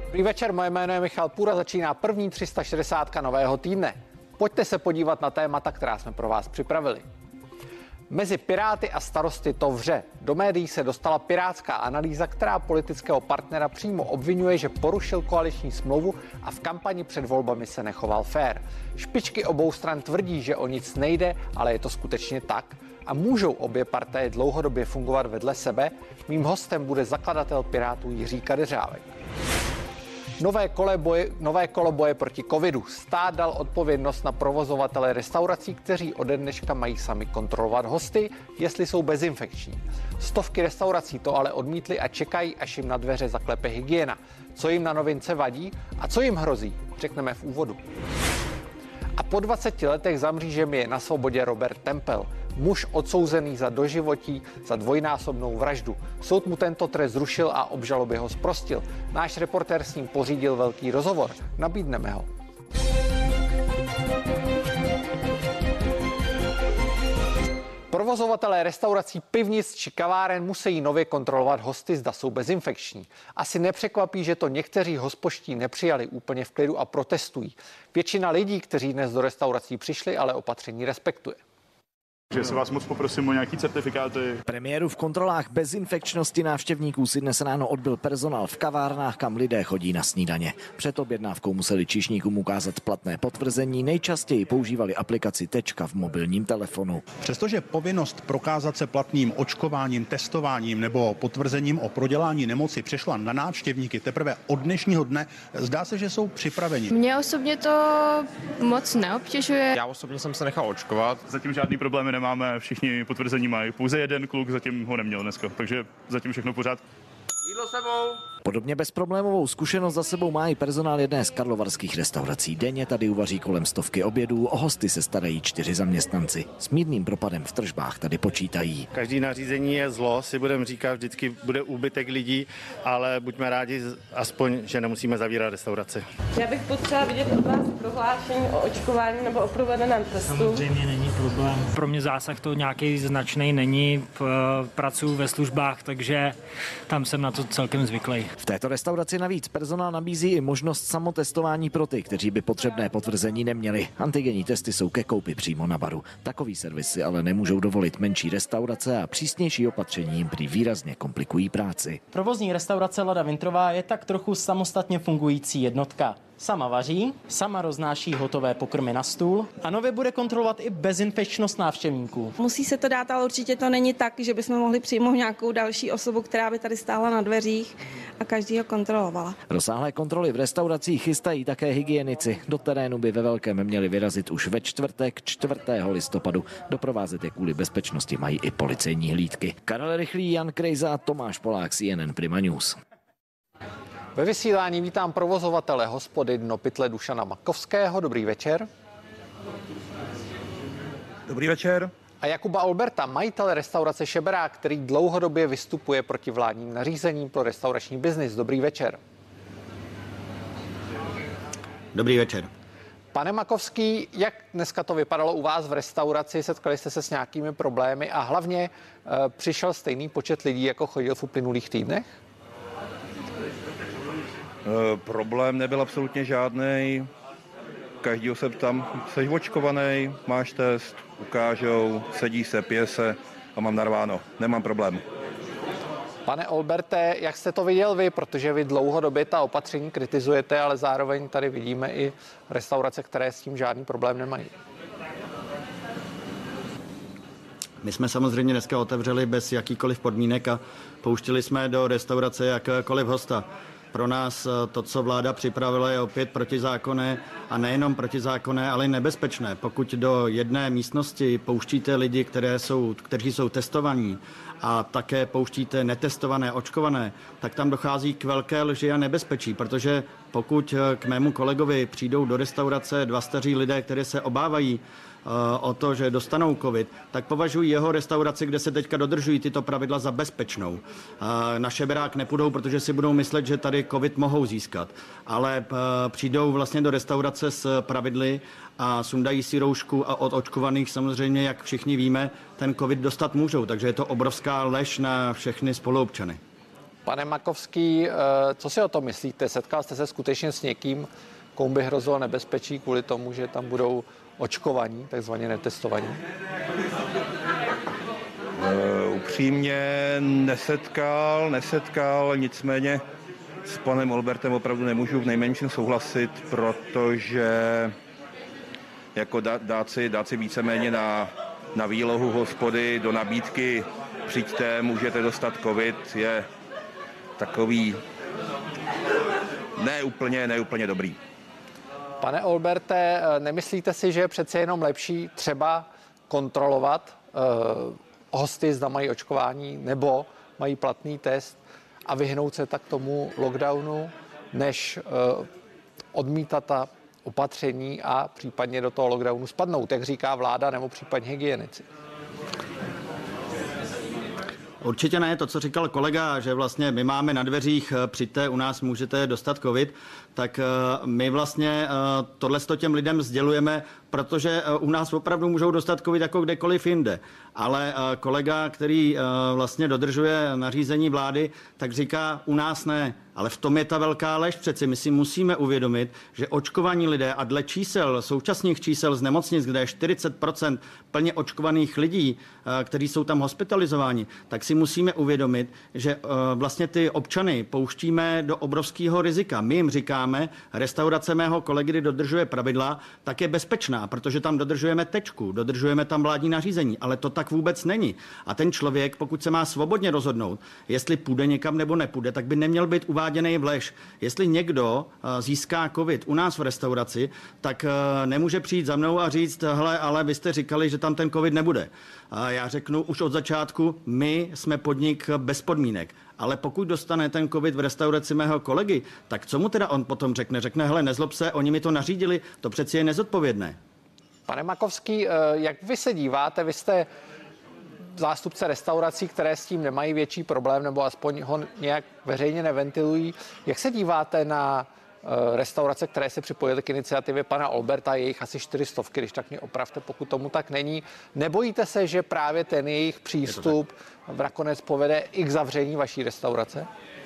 Dobrý večer, moje jméno je Michal Půra, začíná první 360 nového týdne. Pojďte se podívat na témata, která jsme pro vás připravili. Mezi Piráty a Starosty to vře. Do médií se dostala pirátská analýza, která politického partnera přímo obvinuje, že porušil koaliční smlouvu a v kampani před volbami se nechoval fér. Špičky obou stran tvrdí, že o nic nejde, ale je to skutečně tak. A můžou obě partaje dlouhodobě fungovat vedle sebe? Mým hostem bude zakladatel Pirátů Jiří Kadeřávek. Nové kolo boje proti covidu. Stát dal odpovědnost na provozovatele restaurací, kteří ode dneška mají sami kontrolovat hosty, jestli jsou bezinfekční. Stovky restaurací to ale odmítly a čekají, až jim na dveře zaklepe hygiena. Co jim na novince vadí a co jim hrozí, řekneme v úvodu. A po 20 letech za mřížemi je na svobodě Robert Tempel, muž odsouzený za doživotí za dvojnásobnou vraždu. Soud mu tento trest zrušil a obžaloby ho zprostil. Náš reportér s ním pořídil velký rozhovor. Nabídneme ho. Provozovatelé restaurací, pivnic či kaváren musí nově kontrolovat hosty, zda jsou bezinfekční. Asi nepřekvapí, že to někteří hospodští nepřijali úplně v klidu a protestují. Většina lidí, kteří dnes do restaurací přišli, ale opatření respektuje. Že se vás moc poprosím o nějaký certifikáty. Premiéru v kontrolách bezinfekčnosti návštěvníků si dnes ráno odbyl personál v kavárnách, kam lidé chodí na snídaně. Před objednávkou museli číšníkům ukázat platné potvrzení, nejčastěji používali aplikaci Tečka v mobilním telefonu. Přestože povinnost prokázat se platným očkováním, testováním nebo potvrzením o prodělání nemoci přešla na návštěvníky teprve od dnešního dne, zdá se, že jsou připraveni. Mě osobně to moc neobtěžuje. Já osobně jsem se nechal očkovat. Zatím žádný problémy nemáme, všichni potvrzení mají. Pouze jeden kluk zatím ho neměl dneska, takže zatím všechno pořád. Jídlo sebou. Podobně bezproblémovou zkušenost za sebou má i personál jedné z karlovarských restaurací. Denně tady uvaří kolem 100 obědů, o hosty se starají 4 zaměstnanci. S mírným propadem v tržbách tady počítají. Každý nařízení je zlo, si budeme říkat, vždycky bude úbytek lidí, ale buďme rádi aspoň, že nemusíme zavírat restauraci. Já bych potřeba vidět od vás prohlášení o očkování nebo o provedeném testu. Samozřejmě není problém. Pro mě zásah to nějaký značný není. Pracuji ve službách, takže tam jsem na to celkem zvyklý. V této restauraci navíc personál nabízí i možnost samotestování pro ty, kteří by potřebné potvrzení neměli. Antigenní testy jsou ke koupi přímo na baru. Takový servis si ale nemůžou dovolit menší restaurace a přísnější opatření jim prý výrazně komplikují práci. Provozní restaurace Lada Vintrová je tak trochu samostatně fungující jednotka. Sama vaří, sama roznáší hotové pokrmy na stůl a nově bude kontrolovat i bezinfekčnost návštěvníků. Musí se to dát, ale určitě to není tak, že bychom mohli přijmout nějakou další osobu, která by tady stála na dveřích a každýho kontrolovala. Rozsáhlé kontroly v restauracích chystají také hygienici. Do terénu by ve velkém měli vyrazit už ve čtvrtek 4. listopadu. Doprovázet je kvůli bezpečnosti mají i policejní hlídky. Karel Rychlý, Jan Krejza, Tomáš Polák, CNN Prima News. Ve vysílání vítám provozovatele hospody Dno pytle Dušana Makovského. Dobrý večer. Dobrý večer. A Jakuba Olberta, majitele restaurace Šeberák, který dlouhodobě vystupuje proti vládním nařízením pro restaurační biznis. Dobrý večer. Dobrý večer. Pane Makovský, jak dneska to vypadalo u vás v restauraci? Setkali jste se s nějakými problémy a hlavně přišel stejný počet lidí, jako chodil v uplynulých týdnech? Problém nebyl absolutně žádný. Každýho se ptám, jsi očkovaný, máš test, ukážou, sedí se, pije se a mám narváno. Nemám problém. Pane Olberte, jak jste to viděl vy, protože vy dlouhodobě ta opatření kritizujete, ale zároveň tady vidíme i restaurace, které s tím žádný problém nemají. My jsme samozřejmě dneska otevřeli bez jakýkoliv podmínek a pouštili jsme do restaurace jakékoliv hosta. Pro nás to, co vláda připravila, je opět protizákonné a nejenom protizákonné, ale i nebezpečné. Pokud do jedné místnosti pouštíte lidi, kteří jsou testovaní a také pouštíte netestované, očkované, tak tam dochází k velké lži a nebezpečí, protože pokud k mému kolegovi přijdou do restaurace 2 staří lidé, kteří se obávají o to, že dostanou covid, tak považují jeho restauraci, kde se teďka dodržují tyto pravidla, za bezpečnou. Na Šeberák nepůjdou, protože si budou myslet, že tady covid mohou získat. Ale přijdou vlastně do restaurace s pravidly a sundají si roušku a od očkovaných samozřejmě, jak všichni víme, ten covid dostat můžou. Takže je to obrovská lež na všechny spoluobčany. Pane Makovský, co si o tom myslíte? Setkal jste se skutečně s někým, komu by hrozilo nebezpečí kvůli tomu, že tam budou očkovaní, takzvaně netestovaní? Upřímně nesetkal, nicméně s panem Olbertem opravdu nemůžu v nejmenším souhlasit, protože jako dát si víceméně na výlohu hospody do nabídky přijďte, můžete dostat covid, je takový neúplně dobrý. Pane Olberte, nemyslíte si, že je přece jenom lepší třeba kontrolovat hosty, zda mají očkování nebo mají platný test a vyhnout se tak tomu lockdownu, než odmítat ta opatření a případně do toho lockdownu spadnout, jak říká vláda nebo případně hygienici? Určitě ne, to, co říkal kolega, že vlastně my máme na dveřích, přijďte, u nás můžete dostat covid, tak my vlastně tohle těm lidem sdělujeme, protože u nás opravdu můžou dostat covid jako kdekoliv jinde. Ale kolega, který vlastně dodržuje nařízení vlády, tak říká, u nás ne. Ale v tom je ta velká lež. Přeci my si musíme uvědomit, že očkovaní lidé a dle současných čísel z nemocnic, kde je 40% plně očkovaných lidí, kteří jsou tam hospitalizováni, tak si musíme uvědomit, že vlastně ty občany pouštíme do obrovského rizika. My jim říkáme, restaurace mého kolegy, kdy dodržuje pravidla, tak je bezpečná, protože tam dodržujeme tečku, dodržujeme tam vládní nařízení, ale to tak vůbec není. A ten člověk, pokud se má svobodně rozhodnout, jestli půjde někam nebo nepůjde, tak by neměl být uváděný v lež. Jestli někdo získá covid u nás v restauraci, tak nemůže přijít za mnou a říct, hele, ale vy jste říkali, že tam ten covid nebude. A já řeknu už od začátku, my jsme podnik bez podmínek. Ale pokud dostane ten covid v restauraci mého kolegy, tak co mu teda on potom řekne? Řekne, hele, nezlob se, oni mi to nařídili, to přeci je nezodpovědné. Pane Makovský, jak vy se díváte? Vy jste zástupce restaurací, které s tím nemají větší problém, nebo aspoň ho nějak veřejně neventilují. Jak se díváte na restaurace, které se připojily k iniciativě pana Olberta, je jich asi 400, když tak mě opravte, pokud tomu tak není. Nebojíte se, že právě ten jejich přístup nakonec povede i k zavření vaší restaurace?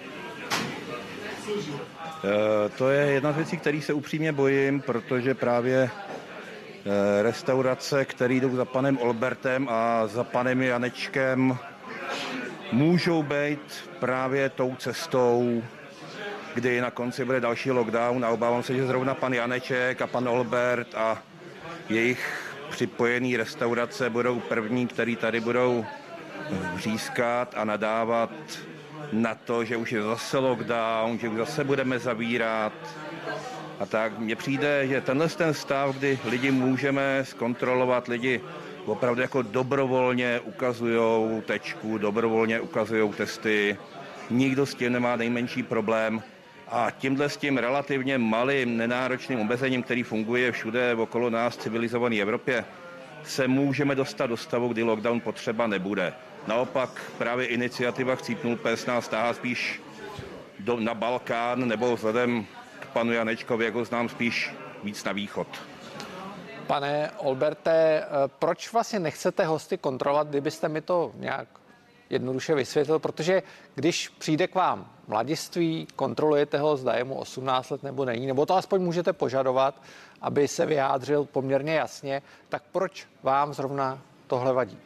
To je jedna z věcí, který se upřímně bojím, protože právě restaurace, které jdou za panem Olbertem a za panem Janečkem, můžou být právě tou cestou, kdy na konci bude další lockdown a obávám se, že zrovna pan Janeček a pan Olbert a jejich připojený restaurace budou první, který tady budou vřískat a nadávat na to, že už je zase lockdown, že už zase budeme zavírat. A tak mně přijde, že tenhle ten stav, kdy lidi můžeme zkontrolovat, lidi opravdu jako dobrovolně ukazujou tečku, dobrovolně ukazujou testy, nikdo s tím nemá nejmenší problém. A tímhle s tím relativně malým, nenáročným omezením, který funguje všude okolo nás v civilizované Evropě, se můžeme dostat do stavu, kdy lockdown potřeba nebude. Naopak právě iniciativa Chcípnul pes nás táhá spíš na Balkán, nebo vzhledem k panu Janečkovi, jako znám, spíš víc na východ. Pane Olberte, proč vlastně nechcete hosty kontrolovat, kdybyste mi to nějak jednoduše vysvětlil, protože když přijde k vám mladiství, kontrolujete ho, zda je mu 18 let nebo není, nebo to aspoň můžete požadovat, aby se vyjádřil poměrně jasně, tak proč vám zrovna tohle vadí?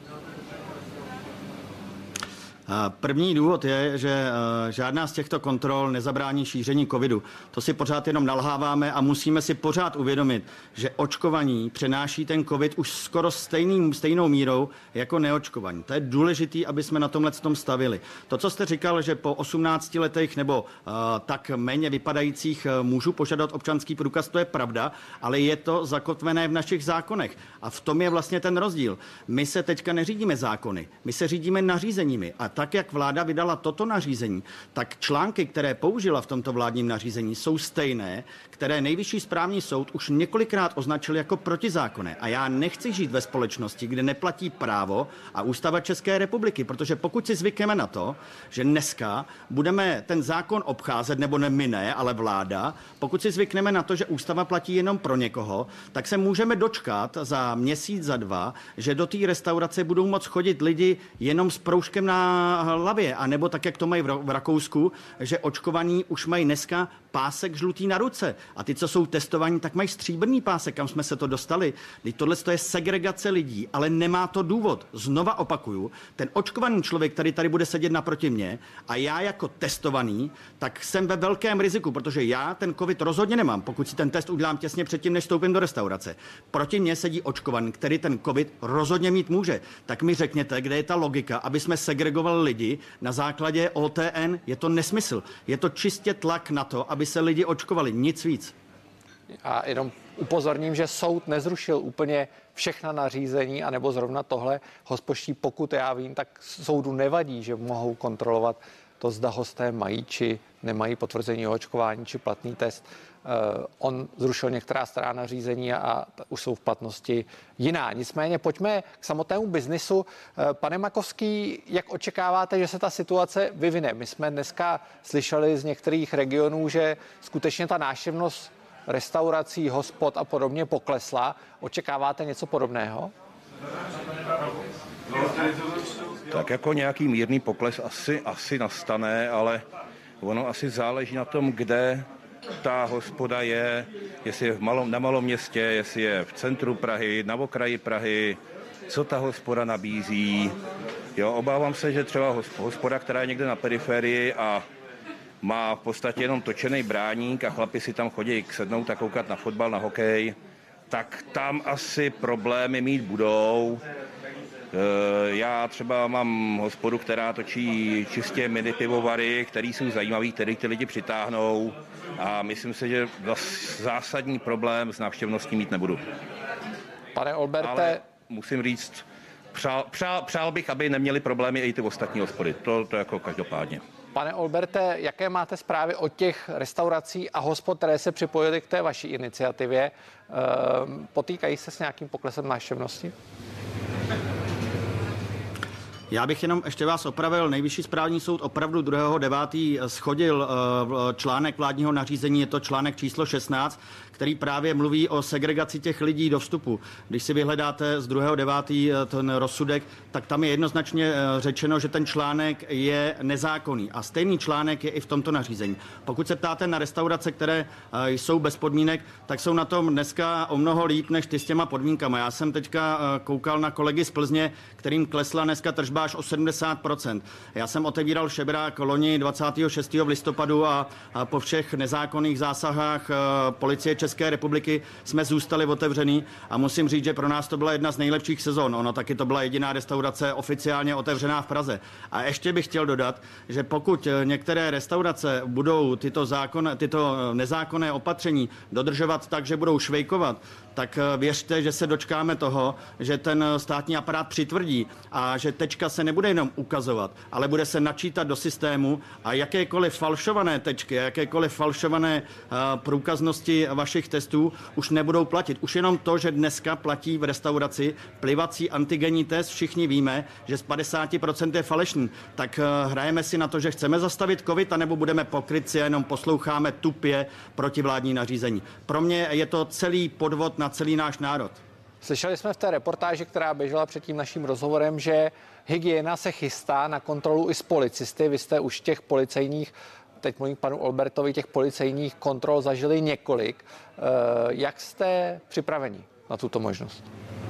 První důvod je, že žádná z těchto kontrol nezabrání šíření covidu. To si pořád jenom nalháváme a musíme si pořád uvědomit, že očkovaní přenáší ten covid už skoro stejnou mírou jako neočkovaní. To je důležité, aby jsme na tomhle stavili. To, co jste říkal, že po 18 letech nebo tak méně vypadajících můžu požádat občanský průkaz, to je pravda, ale je to zakotvené v našich zákonech. A v tom je vlastně ten rozdíl. My se teďka neřídíme zákony, my se řídíme nařízeními. A tak, jak vláda vydala toto nařízení, tak články, které použila v tomto vládním nařízení, jsou stejné, které Nejvyšší správní soud už několikrát označil jako protizákonné. A já nechci žít ve společnosti, kde neplatí právo a ústava České republiky, protože pokud si zvykneme na to, že dneska budeme ten zákon obcházet, nebo ne my ne, ale vláda, pokud si zvykneme na to, že ústava platí jenom pro někoho, tak se můžeme dočkat za měsíc, za dva, že do té restaurace budou moct chodit lidi jenom s proužkem na na hlavě. A nebo tak, jak to mají v Rakousku, že očkovaní už mají dneska pásek žlutý na ruce. A ty, co jsou testovaní, tak mají stříbrný pásek, kam jsme se to dostali. Tohle je segregace lidí, ale nemá to důvod. Znova opakuju, ten očkovaný člověk, který tady bude sedět naproti mě a já jako testovaný, tak jsem ve velkém riziku, protože já ten covid rozhodně nemám, pokud si ten test udělám těsně předtím, než vstoupím do restaurace. Proti mně sedí očkovaný, který ten covid rozhodně mít může. Tak mi řekněte, kde je ta logika, aby jsme segregovali lidi na základě OTN. Je to nesmysl. Je to čistě tlak na to, aby se lidi očkovali, nic víc. A jenom upozorním, že soud nezrušil úplně všechna nařízení, anebo zrovna tohle hospodští, pokud já vím, tak soudu nevadí, že mohou kontrolovat to, zda hosté mají či nemají potvrzení o očkování či platný test. On zrušil některá stará nařízení a už jsou v platnosti jiná. Nicméně pojďme k samotnému biznisu. Pane Makovský, jak očekáváte, že se ta situace vyvine? My jsme dneska slyšeli z některých regionů, že skutečně ta návštěvnost restaurací, hospod a podobně poklesla. Očekáváte něco podobného? Tak jako nějaký mírný pokles asi nastane, ale ono asi záleží na tom, kde ta hospoda je, jestli je na malom městě, jestli je v centru Prahy, na okraji Prahy, co ta hospoda nabízí. Jo, obávám se, že třeba hospoda, která je někde na periferii a má v podstatě jenom točený bráník a chlapi si tam chodí sednout a koukat na fotbal, na hokej, tak tam asi problémy mít budou. Já třeba mám hospodu, která točí čistě mini pivovary, který jsou zajímavý, který ty lidi přitáhnou a myslím si, že zásadní problém s návštěvností mít nebudu. Pane Olberte... Ale musím říct, přál bych, aby neměli problémy i ty ostatní hospody. To jako každopádně. Pane Olberte, jaké máte zprávy od těch restaurací a hospod, které se připojily k té vaší iniciativě? Potýkají se s nějakým poklesem návštěvnosti? Já bych jenom ještě vás opravil. Nejvyšší správní soud opravdu 2.9. shodil článek vládního nařízení, je to článek číslo 16, který právě mluví o segregaci těch lidí do vstupu. Když si vyhledáte z 2.9. ten rozsudek, tak tam je jednoznačně řečeno, že ten článek je nezákonný. A stejný článek je i v tomto nařízení. Pokud se ptáte na restaurace, které jsou bez podmínek, tak jsou na tom dneska o mnoho líp než ty s těma podmínkama. Já jsem teďka koukal na kolegy z Plzně, kterým klesla dneska tržba až o 70%. Já jsem otevíral Šebrák loni 26. v listopadu a po všech nezákonných zásahách policie České republiky jsme zůstali otevřený a musím říct, že pro nás to byla jedna z nejlepších sezon. Ono taky to byla jediná restaurace oficiálně otevřená v Praze. A ještě bych chtěl dodat, že pokud některé restaurace budou tyto nezákonné opatření dodržovat tak, že budou švejkovat, tak věřte, že se dočkáme toho, že ten státní aparát přitvrdí a že tečka se nebude jenom ukazovat, ale bude se načítat do systému a jakékoliv falšované tečky, jakékoliv falšované průkaznosti vašich testů už nebudou platit. Už jenom to, že dneska platí v restauraci plivací antigenní test, všichni víme, že z 50% je falešný. Tak hrajeme si na to, že chceme zastavit covid, anebo budeme pokrytci a jenom posloucháme tupě protivládní nařízení. Pro mě je to celý podvod na celý náš národ. Slyšeli jsme v té reportáži, která běžela před tím naším rozhovorem, že hygiena se chystá na kontrolu i s policisty. Vy jste už těch policejních, teď mluvím k panu Olbertovi, těch policejních kontrol zažili několik. Jak jste připraveni na tuto možnost?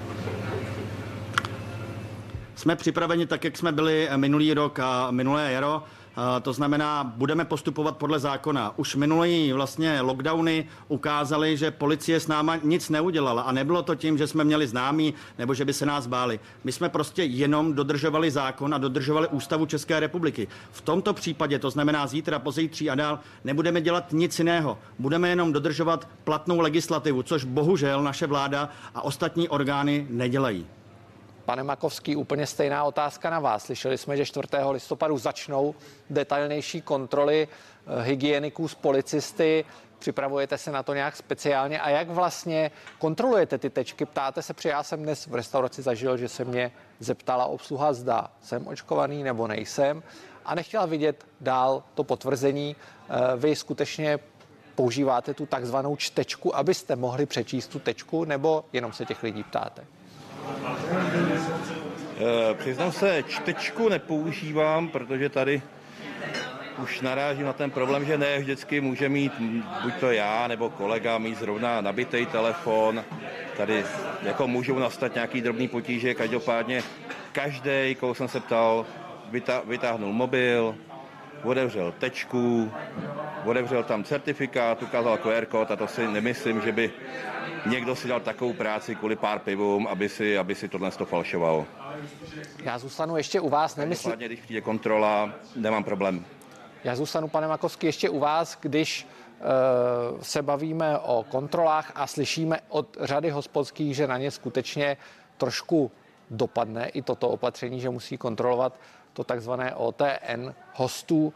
Jsme připraveni tak, jak jsme byli minulý rok a minulé jaro. To znamená, budeme postupovat podle zákona. Už minulý vlastně lockdowny ukázaly, že policie s náma nic neudělala a nebylo to tím, že jsme měli známí nebo že by se nás báli. My jsme prostě jenom dodržovali zákon a dodržovali ústavu České republiky. V tomto případě, to znamená zítra, pozítří a dál, nebudeme dělat nic jiného. Budeme jenom dodržovat platnou legislativu, což bohužel naše vláda a ostatní orgány nedělají. Pane Makovský, úplně stejná otázka na vás. Slyšeli jsme, že 4. listopadu začnou detailnější kontroly hygieniků s policisty. Připravujete se na to nějak speciálně? A jak vlastně kontrolujete ty tečky? Ptáte se, já jsem dnes v restauraci zažil, že se mě zeptala obsluha, zda jsem očkovaný nebo nejsem a nechtěla vidět dál to potvrzení. Vy skutečně používáte tu takzvanou čtečku, abyste mohli přečíst tu tečku, nebo jenom se těch lidí ptáte? Přiznám se, čtečku nepoužívám, protože tady už narážím na ten problém, že ne vždycky může mít buď to já nebo kolega mít zrovna nabitý telefon. Tady jako můžou nastat nějaký drobný potíže, každopádně každý, koho jsem se ptal, vytáhnul mobil, otevřel tečku, otevřel tam certifikát, ukázal QR kód a to si nemyslím, že by někdo si dal takovou práci kvůli pár pivům, aby si tohle falšoval. Já zůstanu ještě u vás. Když přijde kontrola, nemám problém. Já zůstanu, pane Makovský, ještě u vás, když se bavíme o kontrolách a slyšíme od řady hospodských, že na ně skutečně trošku dopadne i toto opatření, že musí kontrolovat to takzvané OTN hostů.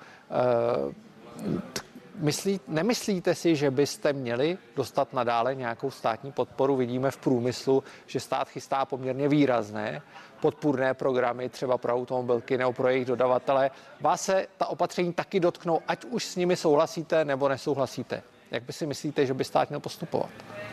Nemyslíte si, že byste měli dostat nadále nějakou státní podporu? Vidíme v průmyslu, že stát chystá poměrně výrazné podpůrné programy, třeba pro automobilky nebo pro jejich dodavatele. Vás se ta opatření taky dotknou, ať už s nimi souhlasíte nebo nesouhlasíte. Jak by si myslíte, že by stát měl postupovat?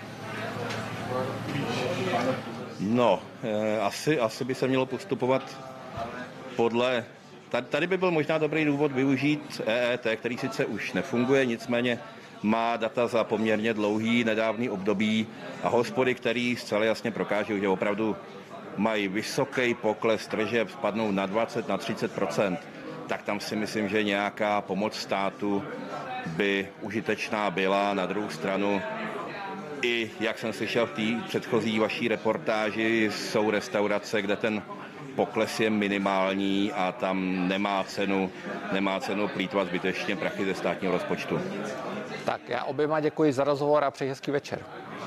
No, asi by se mělo postupovat podle... Tady by byl možná dobrý důvod využít EET, který sice už nefunguje, nicméně má data za poměrně dlouhý nedávný období a hospody, který zcela jasně prokážou, že opravdu mají vysoký pokles tržeb, spadnou na 20, na 30%, tak tam si myslím, že nějaká pomoc státu by užitečná byla. Na druhou stranu i, jak jsem slyšel v té předchozí vaší reportáži, jsou restaurace, kde ten pokles je minimální a tam nemá cenu plýtvat zbytečně prachy ze státního rozpočtu. Tak já oběma děkuji za rozhovor a přeji hezký večer.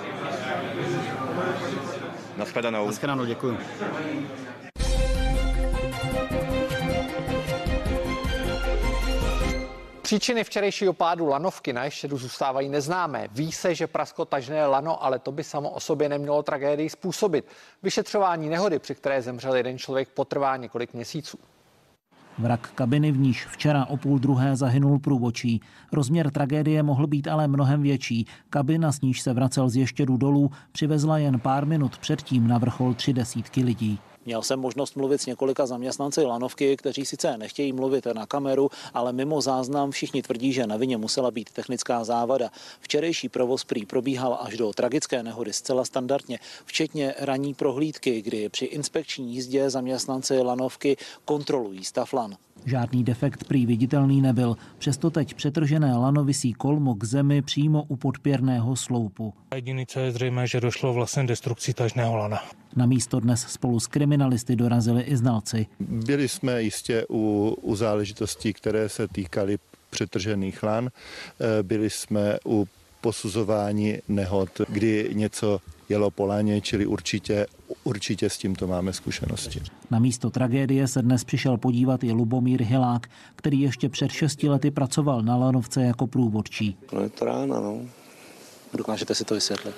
Nashledanou. Nashledanou, děkuji. Příčiny včerejšího pádu lanovky na Ještědu zůstávají neznámé. Ví se, že prasklo tažné lano, ale to by samo o sobě nemělo tragédii způsobit. Vyšetřování nehody, při které zemřel jeden člověk, potrvá několik měsíců. Vrak kabiny, v níž včera o 12:30 zahynul průvodčí. Rozměr tragédie mohl být ale mnohem větší. Kabina, s níž se vracel z Ještědu dolů, přivezla jen pár minut předtím na vrchol 30 lidí. Měl jsem možnost mluvit s několika zaměstnanci lanovky, kteří sice nechtějí mluvit na kameru, ale mimo záznam všichni tvrdí, že na vině musela být technická závada. Včerejší provoz prý probíhal až do tragické nehody zcela standardně, včetně ranní prohlídky, kdy při inspekční jízdě zaměstnanci lanovky kontrolují stav lan. Žádný defekt prý viditelný nebyl, přesto teď přetržené lano visí kolmo k zemi přímo u podpěrného sloupu. Jediné, co je zřejmé, že došlo vlastně destrukcí tažného lana. Na místo dnes spolu s kriminalisty dorazili i znalci. Byli jsme jistě u záležitostí, které se týkaly přetržených lan. Byli jsme u posuzování nehod, kdy něco jelo po laně, čili určitě s tímto máme zkušenosti. Na místo tragédie se dnes přišel podívat i Lubomír Hilák, který ještě před 6 lety pracoval na lanovce jako průvodčí. No je to rána, no. Dokážete si to vysvětlit?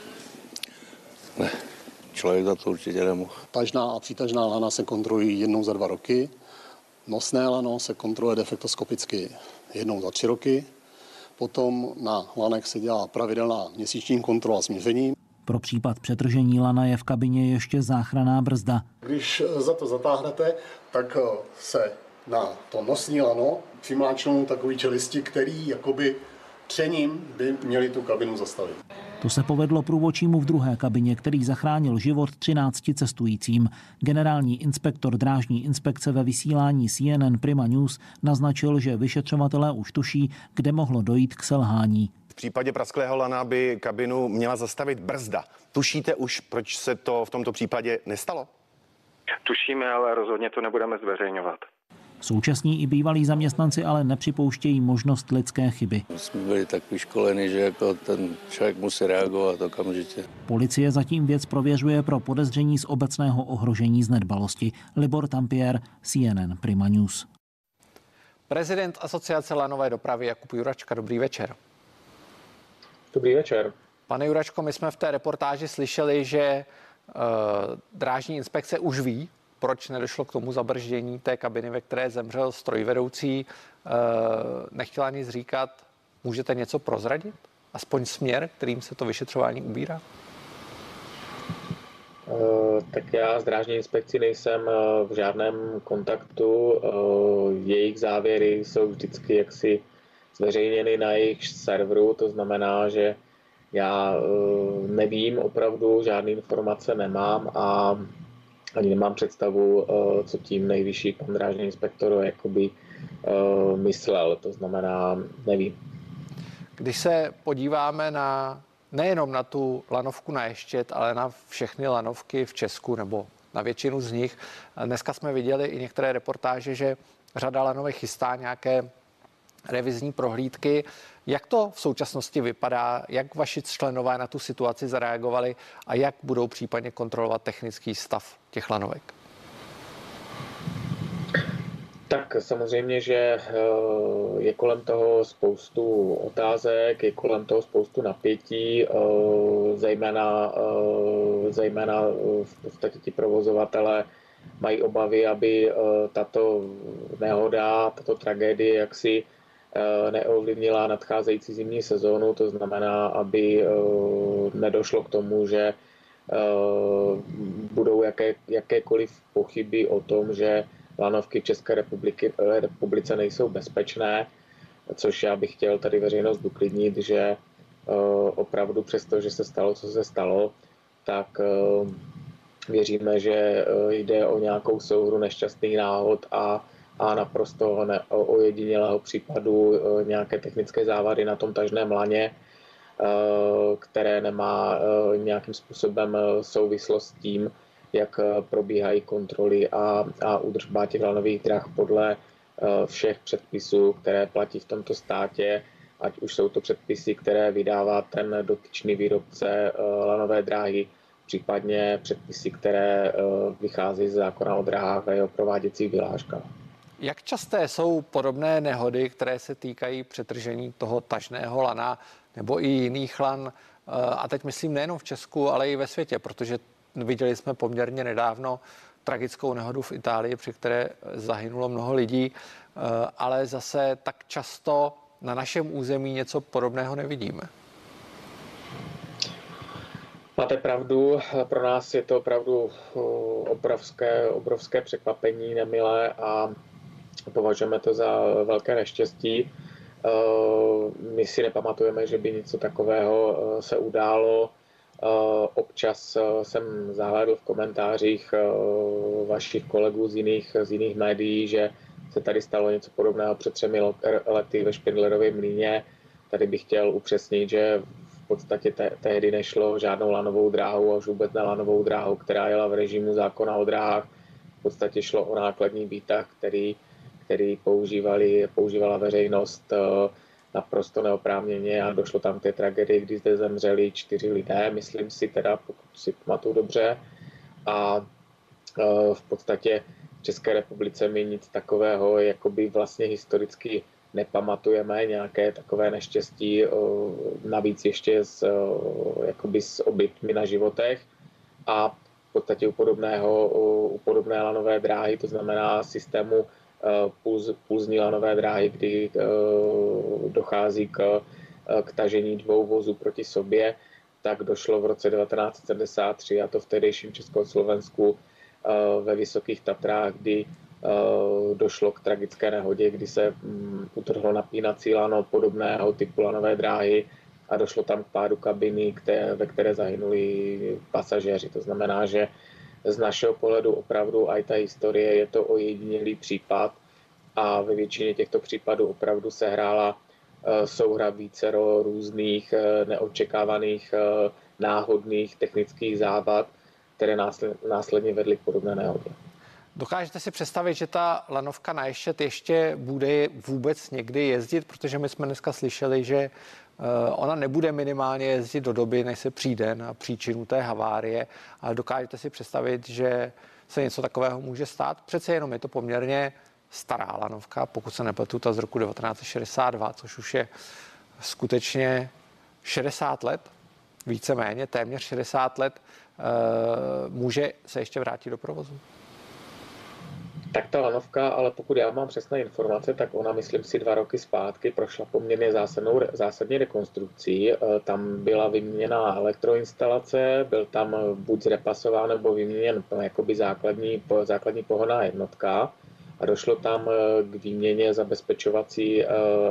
Ne, člověk za to určitě nemohl. Tažná a přitažná lana se kontrolují jednou za 2 roky. Nosné lano se kontroluje defektoskopicky jednou za 3 roky. Potom na lanech se dělá pravidelná měsíční kontrola s měřením. Pro případ přetržení lana je v kabině ještě záchranná brzda. Když za to zatáhnete, tak se na to nosní lano přimáčnou takový čelisti, který jakoby třením by měli tu kabinu zastavit. To se povedlo průvodčímu v druhé kabině, který zachránil život 13 cestujícím. Generální inspektor drážní inspekce ve vysílání CNN Prima News naznačil, že vyšetřovatelé už tuší, kde mohlo dojít k selhání. V případě prasklého lana by kabinu měla zastavit brzda. Tušíte už, proč se to v tomto případě nestalo? Tušíme, ale rozhodně to nebudeme zveřejňovat. Současní i bývalí zaměstnanci ale nepřipouštějí možnost lidské chyby. Jsme byli tak vyškoleni, že jako ten člověk musí reagovat okamžitě. Policie zatím věc prověřuje pro podezření z obecného ohrožení z nedbalosti. Libor Tampier, CNN Prima News. Prezident Asociace lanové dopravy Jakub Juračka, dobrý večer. Dobrý večer. Pane Juračko, my jsme v té reportáži slyšeli, že drážní inspekce už ví, proč nedošlo k tomu zabrždění té kabiny, ve které zemřel strojvedoucí. Nechtěla nic říkat. Můžete něco prozradit? Aspoň směr, kterým se to vyšetřování ubírá? Tak já s drážní inspekcí nejsem v žádném kontaktu. Jejich závěry jsou vždycky jaksi zveřejněny na jejich serveru, to znamená, že já nevím opravdu, žádné informace nemám a ani nemám představu, co tím nejvyšší pan drážní inspektor jakoby myslel, to znamená, nevím. Když se podíváme nejenom na tu lanovku na Ještěd, ale na všechny lanovky v Česku nebo na většinu z nich, dneska jsme viděli i některé reportáže, že řada lanovek chystá nějaké revizní prohlídky. Jak to v současnosti vypadá, jak vaši členové na tu situaci zareagovali a jak budou případně kontrolovat technický stav těch lanovek? Tak samozřejmě, že je kolem toho spoustu otázek, je kolem toho spoustu napětí, zejména v podstatě ti provozovatelé mají obavy, aby tato nehoda, tato tragédie jaksi neovlivnila nadcházející zimní sezónu, to znamená, aby nedošlo k tomu, že budou jakékoliv pochyby o tom, že lanovky v České republice nejsou bezpečné, což já bych chtěl tady veřejnost uklidnit, že opravdu přesto, že se stalo, co se stalo, tak věříme, že jde o nějakou souhru nešťastných náhod a naprosto ojedinělého případu nějaké technické závady na tom tažném laně, které nemá nějakým způsobem souvislost s tím, jak probíhají kontroly a údržba těch lanových drah podle všech předpisů, které platí v tomto státě, ať už jsou to předpisy, které vydává ten dotyčný výrobce lanové dráhy, případně předpisy, které vychází z zákona o dráhách a jeho prováděcích vyhláškách. Jak časté jsou podobné nehody, které se týkají přetržení toho tažného lana nebo i jiných lan, a teď myslím nejenom v Česku, ale i ve světě, protože viděli jsme poměrně nedávno tragickou nehodu v Itálii, při které zahynulo mnoho lidí, ale zase tak často na našem území něco podobného nevidíme. Máte pravdu, pro nás je to opravdu obrovské překvapení, nemilé a považujeme to za velké neštěstí. My si nepamatujeme, že by něco takového se událo. Občas jsem zahlédl v komentářích vašich kolegů z jiných médií, že se tady stalo něco podobného před 3 lety ve Špindlerově mlýně. Tady bych chtěl upřesnit, že v podstatě tehdy nešlo o žádnou lanovou dráhu a už vůbec na lanovou dráhu, která jela v režimu zákona o dráhách. V podstatě šlo o nákladní výtah, který používala veřejnost naprosto neoprávněně a došlo tam k té tragédii, kdy zde zemřeli 4 lidé, myslím si teda, pokud si pamatuju dobře. A v podstatě v České republice my nic takového jakoby vlastně historicky nepamatujeme, nějaké takové neštěstí, navíc ještě s oběťmi na životech a v podstatě u podobné lanové dráhy, to znamená systému pulzní lanové dráhy, kdy dochází k tažení 2 vozů proti sobě, tak došlo v roce 1973, a to v tehdejším Československu ve Vysokých Tatrách, kdy došlo k tragické nehodě, kdy se utrhlo napínací lano podobného typu lanové dráhy a došlo tam k pádu kabiny, ve které zahynuli pasažéři. To znamená, že z našeho pohledu opravdu i ta historie je to ojedinělý případ a ve většině těchto případů opravdu se hrála souhra vícero různých neočekávaných náhodných technických závad, které následně vedly k podobné nehodě. Dokážete si představit, že ta lanovka na Ještěd ještě bude vůbec někdy jezdit, protože my jsme dneska slyšeli, že ona nebude minimálně jezdit do doby, než se přijde na příčinu té havárie, ale dokážete si představit, že se něco takového může stát? Přece jenom je to poměrně stará lanovka, pokud se nepletu, ta z roku 1962, což už je skutečně 60 let, víceméně téměř 60 let, může se ještě vrátit do provozu. Tak ta lanovka, ale pokud já mám přesné informace, tak ona, myslím si, 2 roky zpátky prošla poměrně zásadní rekonstrukcí. Tam byla vyměněna elektroinstalace, byl tam buď zrepasován nebo vyměněn jakoby základní pohonná jednotka a došlo tam k výměně zabezpečovací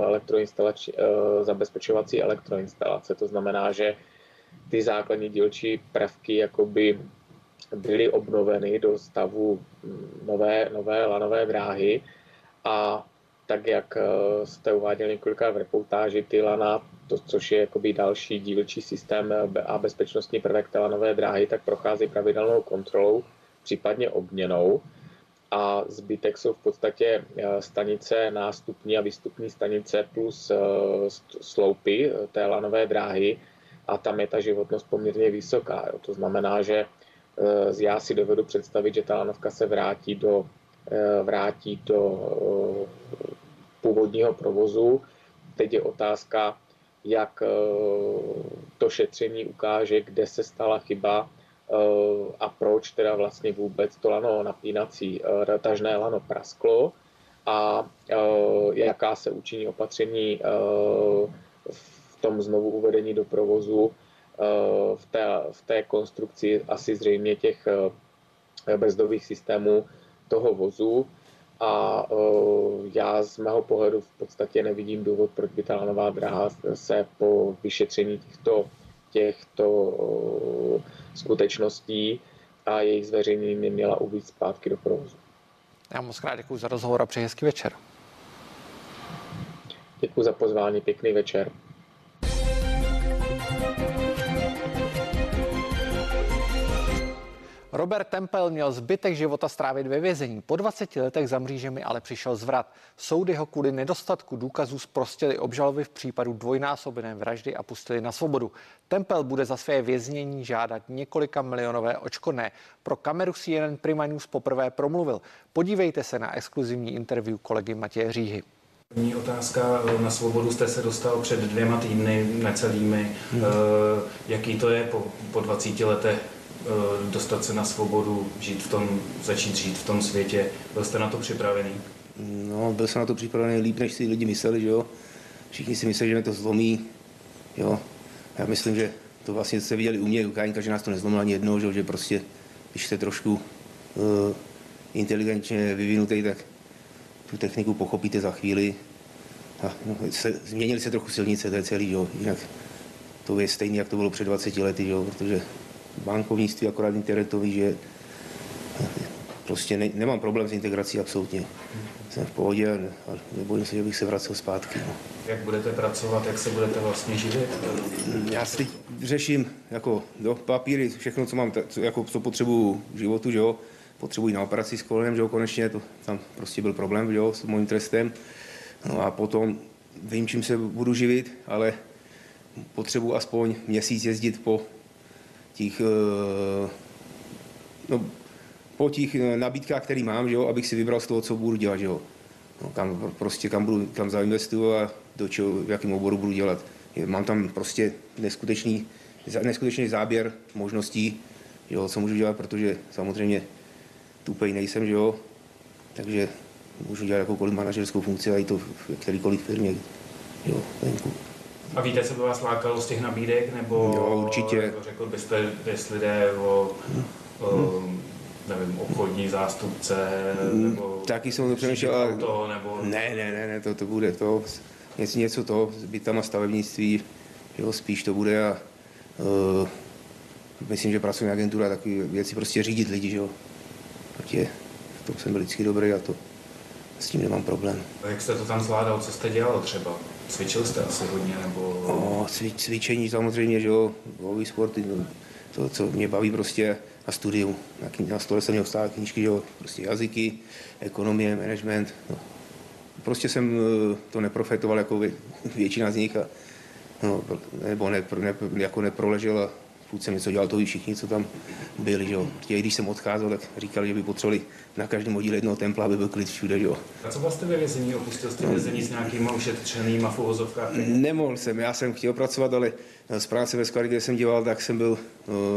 elektroinstalace. To znamená, že ty základní dílčí prvky jakoby byly obnoveny do stavu nové lanové dráhy a tak, jak jste uváděli několikrát v reportáži, ty lana, což je jakoby další dílčí systém a bezpečnostní prvek té lanové dráhy, tak prochází pravidelnou kontrolou, případně obměnou a zbytek jsou v podstatě stanice nástupní a výstupní stanice plus sloupy té lanové dráhy a tam je ta životnost poměrně vysoká. Jo. To znamená, že já si dovedu představit, že ta lanovka se vrátí do původního provozu. Teď je otázka, jak to šetření ukáže, kde se stala chyba a proč teda vlastně vůbec to lano napínací tažné lano prasklo a jaká se učiní opatření v tom znovu uvedení do provozu v té konstrukci asi zřejmě těch brzdových systémů toho vozu a já z mého pohledu v podstatě nevidím důvod, proč by ta lanová dráha se po vyšetření těchto skutečností a jejich zveřejnění neměla uvést zpátky do provozu. Já moc krát děkuji za rozhovor a přeji hezký večer. Děkuji za pozvání, pěkný večer. Robert Tempel měl zbytek života strávit ve vězení. Po 20 letech za mřížemi ale přišel zvrat. Soudy ho kvůli nedostatku důkazů zprostili obžaloby v případu dvojnásobné vraždy a pustili na svobodu. Tempel bude za své věznění žádat několika milionové odškodné. Pro kameru CNN Prima News poprvé promluvil. Podívejte se na exkluzivní interview kolegy Matěje Říhy. První otázka, na svobodu jste se dostal před 2 týdny necelými. Jaký to je po 20 letech dostat se na svobodu, začít žít v tom světě? Byl jste na to připravený? No, byl jsem na to připravený líp, než si lidi mysleli, že jo. Všichni si mysleli, že mě to zlomí, jo. Já myslím, že to vlastně jste viděli u mě, u Káňka, že nás to nezlomilo ani jednou, že prostě, když jste trošku inteligentně vyvinutý, tak tu techniku pochopíte za chvíli. A, změnili se trochu silnice, to je celý, jo. Jinak to je stejný, jak to bylo před 20 lety, jo, protože bankovnictví akorát internetový, že prostě nemám problém s integrací absolutně. Jsem v pohodě a nebojím se, že bych se vracel zpátky. No. Jak budete pracovat, jak se budete vlastně živit? Já si řeším jako papíry, všechno, co mám, co potřebuju v životu, že jo. Potřebuji na operaci s kolenem, že jo, konečně, tam prostě byl problém, že jo, s mojím trestem. No a potom vím, čím se budu živit, ale potřebuji aspoň měsíc jezdit po těch nabídkách, které mám, že jo, abych si vybral z toho, co budu dělat, že jo. No, kam zainvestuju a v jakém oboru budu dělat. Mám tam prostě neskutečný záběr možností, jo, co můžu dělat, protože samozřejmě tupej nejsem, že jo, takže můžu dělat jakoukoliv manažerskou funkci a i to v kterýkoliv firmě, jo, venku. A víte, co by vás lákalo z těch nabídek, nebo jo, určitě. Řekl byste, jestli jde o nevím, obchodní zástupce, nebo taky jsem to přemýšlel, ale nebo... Ne, to bude to, něco to, s bytama stavebnictví, jo, spíš to bude a myslím, že pracovní agentura, takové věci, prostě řídit lidi, že jo. Protože v tom jsem byl vždycky dobrý a to s tím nemám problém. A jak jste to tam zvládal, co jste dělal třeba? Cvičil jste asi hodně, nebo... Cvičení samozřejmě, že jo, bojový sporty, to, co mě baví prostě a studium. Na stole jsem měl stále knížky, že jo, prostě jazyky, ekonomie, management. No. Prostě jsem to neprofetoval jako většina z nich, nebo jako neproležel a furt jsem něco dělal, to i všichni, co tam byli, že jo. Protože když jsem odcházel, tak říkali, že by potřebovali na každém oddíle jednoho templa, aby byl klid všude, že jo. A co vlastně ve vězení? Opustil jste vězení s nějakýma ušetřenýma v uvozovkách? Nemohl jsem, já jsem chtěl pracovat, ale z práce ve skladě, kde jsem dělal, tak jsem byl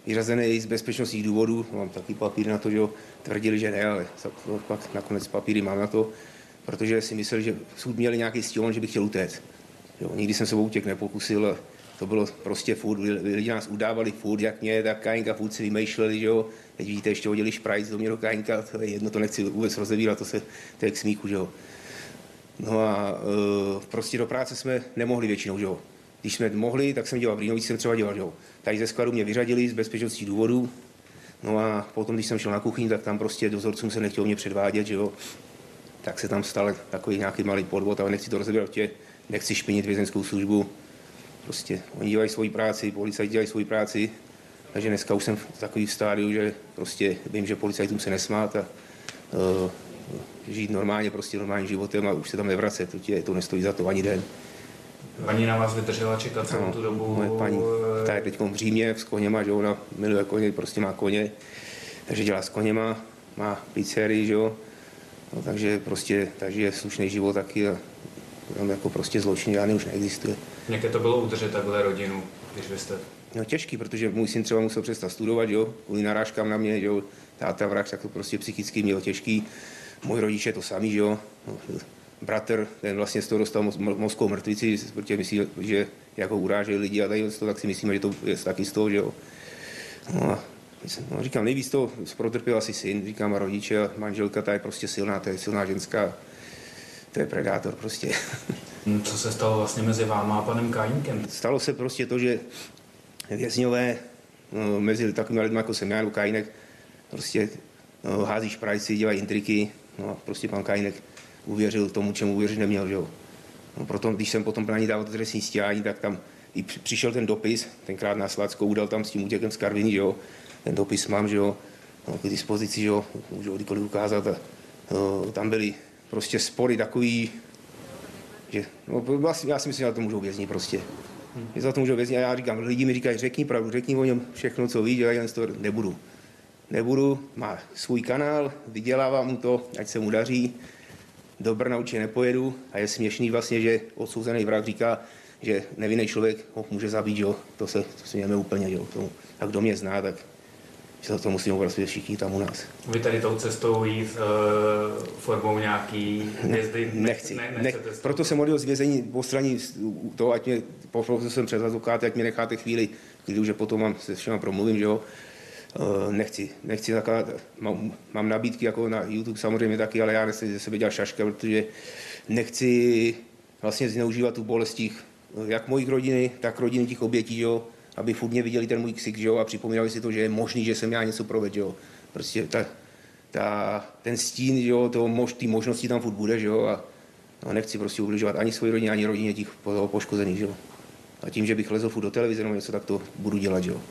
vyřazený z bezpečnostních důvodů, mám taky papír na to, že tvrdili, že ne, ale pak nakonec papíry mám na to, protože si mysleli, že soud měli nějaký stílon, že bych chtěl utéct. Jo, nikdy jsem se o útěk nepokusil a to bylo prostě furt, lidi nás udávali furt, jak mě, tak Kajinka furt si vymýšleli, že jo. Teď vidíte, ještě hodili šprajc do mě do Kajinka, to je jedno, to nechci vůbec rozevírat, to je k smíchu, že jo. No a prostě do práce jsme nemohli většinou, že jo. Když jsme mohli, tak jsem dělal v Rýnovicích, jsem třeba dělal, že jo. Tady ze skladu mě vyřadili z bezpečnostních důvodů, no a potom, když jsem šel na kuchyni, tak tam prostě dozorcům se nechtělo mě předvádět, že jo. Tak se tam stal takový nějaký malý podvod, ale nechci to rozebírat, nechci špinit vězenskou službu. Prostě oni dělají svoji práci, policajti dělají svoji práci, takže dneska už jsem v takový stádiu, že prostě vím, že policajtům se nesmát a žít normálně, prostě normálním životem a už se tam nevracet, to nestojí za to ani den. Paní na vás vydržela čekat celou tu dobu? Moje paní, ta je teď v Římě s koněma, že ona miluje koně, prostě má koně, takže dělá s koněma, má pizzerii, že jo, no, takže je slušný život taky a tam jako prostě zločin žádný už neexistuje. Jaké to bylo udržet takhle rodinu, když vy jste? No těžký, protože můj syn třeba musel přestat studovat, jo, kvůli narážkám na mě, jo, táta vrah, tak to prostě psychicky měl těžký. Můj rodiče to samý, jo, no, bratr, ten vlastně z toho dostal mozkovou mrtvici, protože myslí, že jako urážejí lidi a tady to, tak si myslíme, že to je taky z toho, že jo. No a říkám, nejvíc to protrpěl asi syn, říkám, a rodiče a manželka, ta je prostě silná, to je silná ženská, to je predátor prostě. Co se stalo vlastně mezi váma a panem Kajínkem? Stalo se prostě to, že vězňové mezi takovými lidmi, jako jsem já, nebo Kajínek, prostě hází šprajci, dělají intriky, no a prostě pan Kajínek uvěřil tomu, čemu uvěřit neměl, že jo. No proto, když jsem potom na ní dával trestní stíhání, tak tam i přišel ten dopis, tenkrát na Sladskou, udal tam s tím útěkem z Karviní, že jo. Ten dopis mám, že jo, no, k dispozici, že jo, můžu kdykoliv ukázat a tam byly prostě spory takový, že no, vlastně, já si myslím, že za to můžou vězni prostě. Že za to můžou vězni a já říkám, lidi mi říkají, řekni pravdu, řekni o něm všechno, co víš, a já to nebudu, má svůj kanál, vydělávám mu to, ať se mu daří, do Brna určitě nepojedu a je směšný vlastně, že odsouzený vrah říká, že nevinný člověk ho může zabít, jo, to se mějeme úplně, jo, a kdo mě zná, tak že to musíme vlastně všichni tam u nás. Vy tady tou cestou jít formou nějaký jezdy? Nechci. Proto jsem odjel z vězení po straně toho, ať mě, poprosil jsem přes advokáty, ať mě necháte chvíli, když že potom se všema promluvím, že jo. Nechci zakládat, mám nabídky jako na YouTube samozřejmě taky, ale já nechci ze sebe dělat šaška, protože nechci vlastně zneužívat tu bolestích jak mojich rodiny, tak rodiny těch obětí, jo. Aby furt mě viděli ten můj ksik, že jo, a připomínali si to, že je možný, že jsem já něco provedl, jo. Prostě ten stín, že jo, ty možnosti tam furt bude, že jo, a nechci prostě ubližovat ani své rodině, ani rodině těch poškozených, že jo. A tím, že bych lezl furt do televize nebo něco, tak to budu dělat, že jo.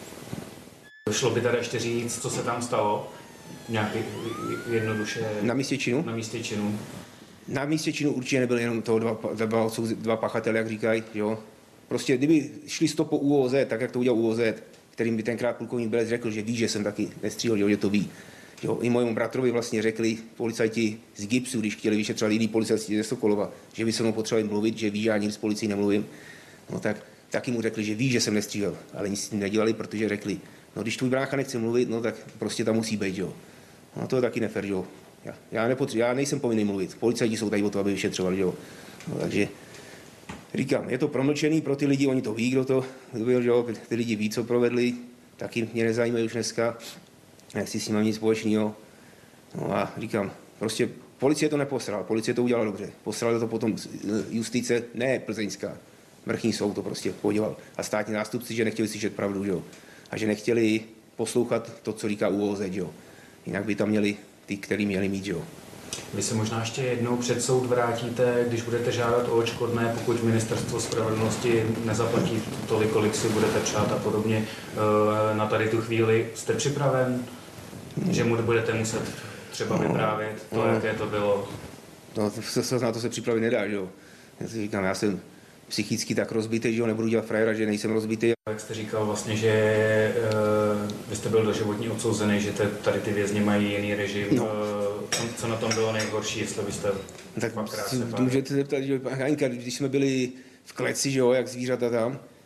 Šlo by tady ještě říct, co se tam stalo? Nějaký jednoduše... Na místě činu? Na místě činu. Na místě činu určitě nebyly jenom dva pachatele, jak říkají, jo. Prostě kdyby šli stopou ÚOZ, tak jak to udělal ÚOZ, kterým by tenkrát plukovník Belec řekl, že ví, že jsem taky nestřílel, že to ví. Jo, i mojemu bratrovi vlastně řekli policajti z GIBSu, když chtěli vyšetřovat jiný policajti ze Sokolova, že by se mnou potřebovali mluvit, že ví, že já nikdy s policií nemluvím. No tak taky mu řekli, že ví, že jsem nestřílel, ale nic s tím nedělali, protože řekli, no když tvůj brácha nechce mluvit, no tak prostě tam musí být, jo. No to je taky nefér, jo. Já nejsem povinný mluvit, policajti jsou tady o to, aby vyšetřovali, jo. No, takže říkám, je to promlčený pro ty lidi, oni to ví, kdo to byl, že jo, ty lidi ví, co provedli, taky mě nezajímají už dneska, nechci s nimi nic společného. No a říkám, prostě policie to neposrala, policie to udělala dobře, posrala to potom justice, ne plzeňská, vrchní soud to prostě podělal. A státní nástupci, že nechtěli slyšet pravdu, že jo, a že nechtěli poslouchat to, co říká ÚOZ, že jo, jinak by tam měli ty, který měli mít, že jo. Vy se možná ještě jednou před soud vrátíte, když budete žádat o odškodné, pokud ministerstvo spravedlnosti nezaplatí tolik, kolik si budete přát a podobně. Na tady tu chvíli jste připraven, že mu budete muset třeba vyprávět to, jaké to bylo? No, na to se připravit nedá, že jo. Já si říkám, já jsem psychicky tak rozbitý, že jo, nebudu dělat frajera, že nejsem rozbitý. Jak jste říkal vlastně, že vy jste byl doživotně odsouzený, že tady ty vězni mají jiný režim. No. Co na tom bylo nejhorší, jestli byste tak můžete se zeptat, že Hanka, když jsme byli v kleci, že jo, jak zvířata tam,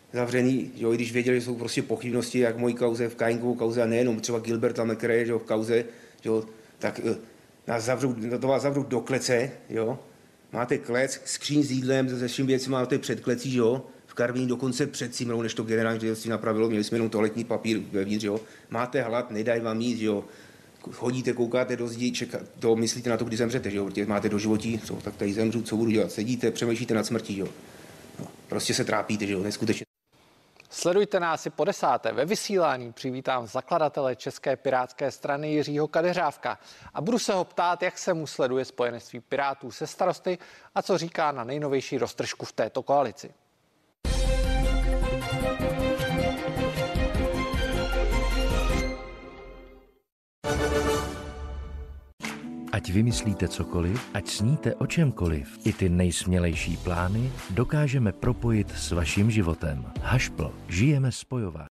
zavřený, jo, i když věděli, že jsou prostě pochybnosti, jak v mojí kauze, v Kajínkové kauze, a nejenom třeba Gilberta McRae, že jo, v kauze, jo, tak to vás zavřou do klece, jo. Máte klec, skříň s jídlem, se vším věcmi máte před klecí, že jo. V Karviní dokonce před Cimrou, než to generální ředitelství napravilo, měli jsme jenom toaletní papír vevnitř, jo. Máte hlad, nedají vám jíst, jo. Chodíte, koukáte do zdi, to myslíte na to, kdy zemřete, že jo. Protože máte doživotí, co, tak tady zemřu, co budu dělat. Sedíte, přemýšlíte nad smrtí, jo. No, prostě se trápíte, že jo, neskutečně. Sledujte nás i po 10. Ve vysílání přivítám zakladatele České pirátské strany Jiřího Kadeřávka a budu se ho ptát, jak se mu sleduje spojenectví Pirátů se Starosty a co říká na nejnovější roztržku v této koalici. Ať vymyslíte cokoliv, ať sníte o čemkoliv, i ty nejsmělejší plány dokážeme propojit s vaším životem. Hašpl. Žijeme spojovat.